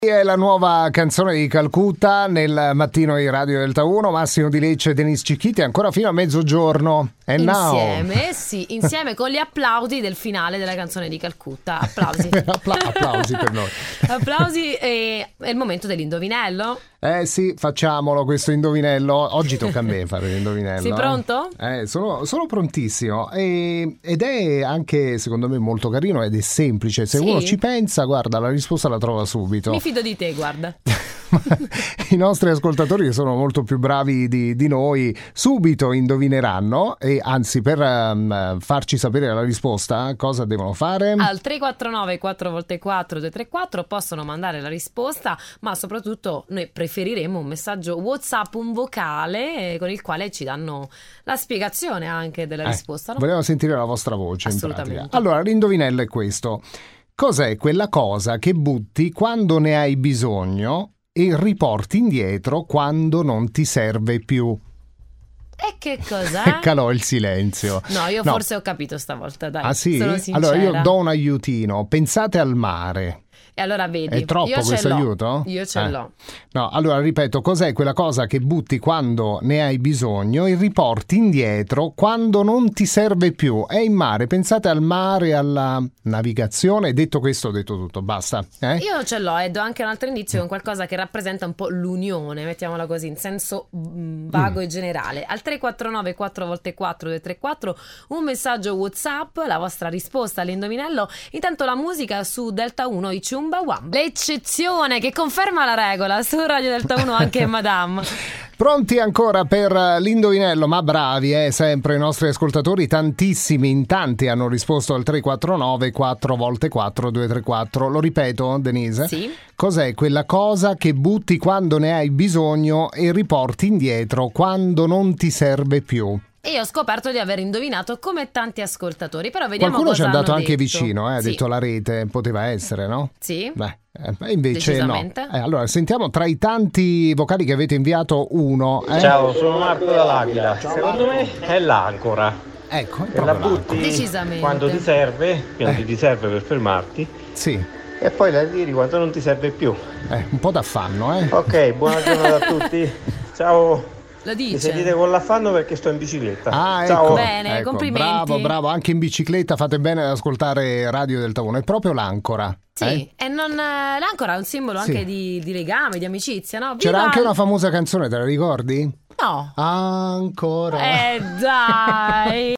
È la nuova canzone di Calcutta nel mattino di Radio Delta 1. Massimo Di Lecce e Denise Cicchiti ancora fino a mezzogiorno. Insieme con gli applausi del finale della canzone di Calcutta. Applausi. Applausi per noi. Applausi. È il momento dell'indovinello. Sì, facciamolo questo indovinello. Oggi tocca a me fare l'indovinello. Sei pronto? Sono prontissimo ed è anche secondo me molto carino ed è semplice. Se uno ci pensa, guarda, la risposta la trova subito. Mi fido di te, guarda. I nostri ascoltatori, che sono molto più bravi di noi, subito indovineranno, e anzi, per farci sapere la risposta, cosa devono fare? Al 349 4x4 234 possono mandare la risposta, ma soprattutto noi preferiremo un messaggio WhatsApp, un vocale con il quale ci danno la spiegazione anche della risposta, no? Vogliamo sentire la vostra voce. Assolutamente. In pratica. Allora, l'indovinello è questo: cos'è quella cosa che butti quando ne hai bisogno e riporti indietro quando non ti serve più? E che cos'è? Calò il silenzio. No, io forse ho capito stavolta, dai. Ah sì? Sono sincera. Allora io do un aiutino. Pensate al mare. E allora vedi, è troppo questo aiuto? Io ce l'ho. No, allora ripeto, cos'è quella cosa che butti quando ne hai bisogno e riporti indietro quando non ti serve più? È in mare, pensate al mare, alla navigazione. Detto questo, ho detto tutto, basta. Io ce l'ho e do anche un altro indizio con qualcosa che rappresenta un po' l'unione, mettiamola così, in senso vago e generale. Al 349 4x4 234 un messaggio WhatsApp, la vostra risposta all'indovinello. Intanto la musica su Delta 1, i Ciumba Wamba. L'eccezione che conferma la regola su Radio Delta 1, anche Madame. Pronti ancora per l'indovinello? Ma bravi, sempre i nostri ascoltatori, tantissimi, in tanti hanno risposto al 349 4x4 234. Lo ripeto, Denise? Sì. Cos'è quella cosa che butti quando ne hai bisogno e riporti indietro quando non ti serve più? E io ho scoperto di aver indovinato come tanti ascoltatori, però vediamo qualcuno cosa ci è andato anche detto. vicino, ha detto la rete, poteva essere, no? Sì. Invece no. Allora sentiamo tra i tanti vocali che avete inviato uno. Ciao, sono Marco dall'Aquila. Secondo me è l'ancora. Ecco, è la butti decisamente quando ti serve, quando ti serve per fermarti. Sì. E poi la tiri quando non ti serve più. Un po' d'affanno, Ok, buona giornata a tutti. Ciao. Lo dice. Mi sentite con l'affanno perché sto in bicicletta. Ciao. Ecco. Bene, complimenti. Bravo, anche in bicicletta fate bene ad ascoltare Radio Delta 1. È proprio l'ancora. Sì, e l'ancora è un simbolo anche di legame, di amicizia, no? C'era anche una famosa canzone, te la ricordi? No. Ancora. Dai.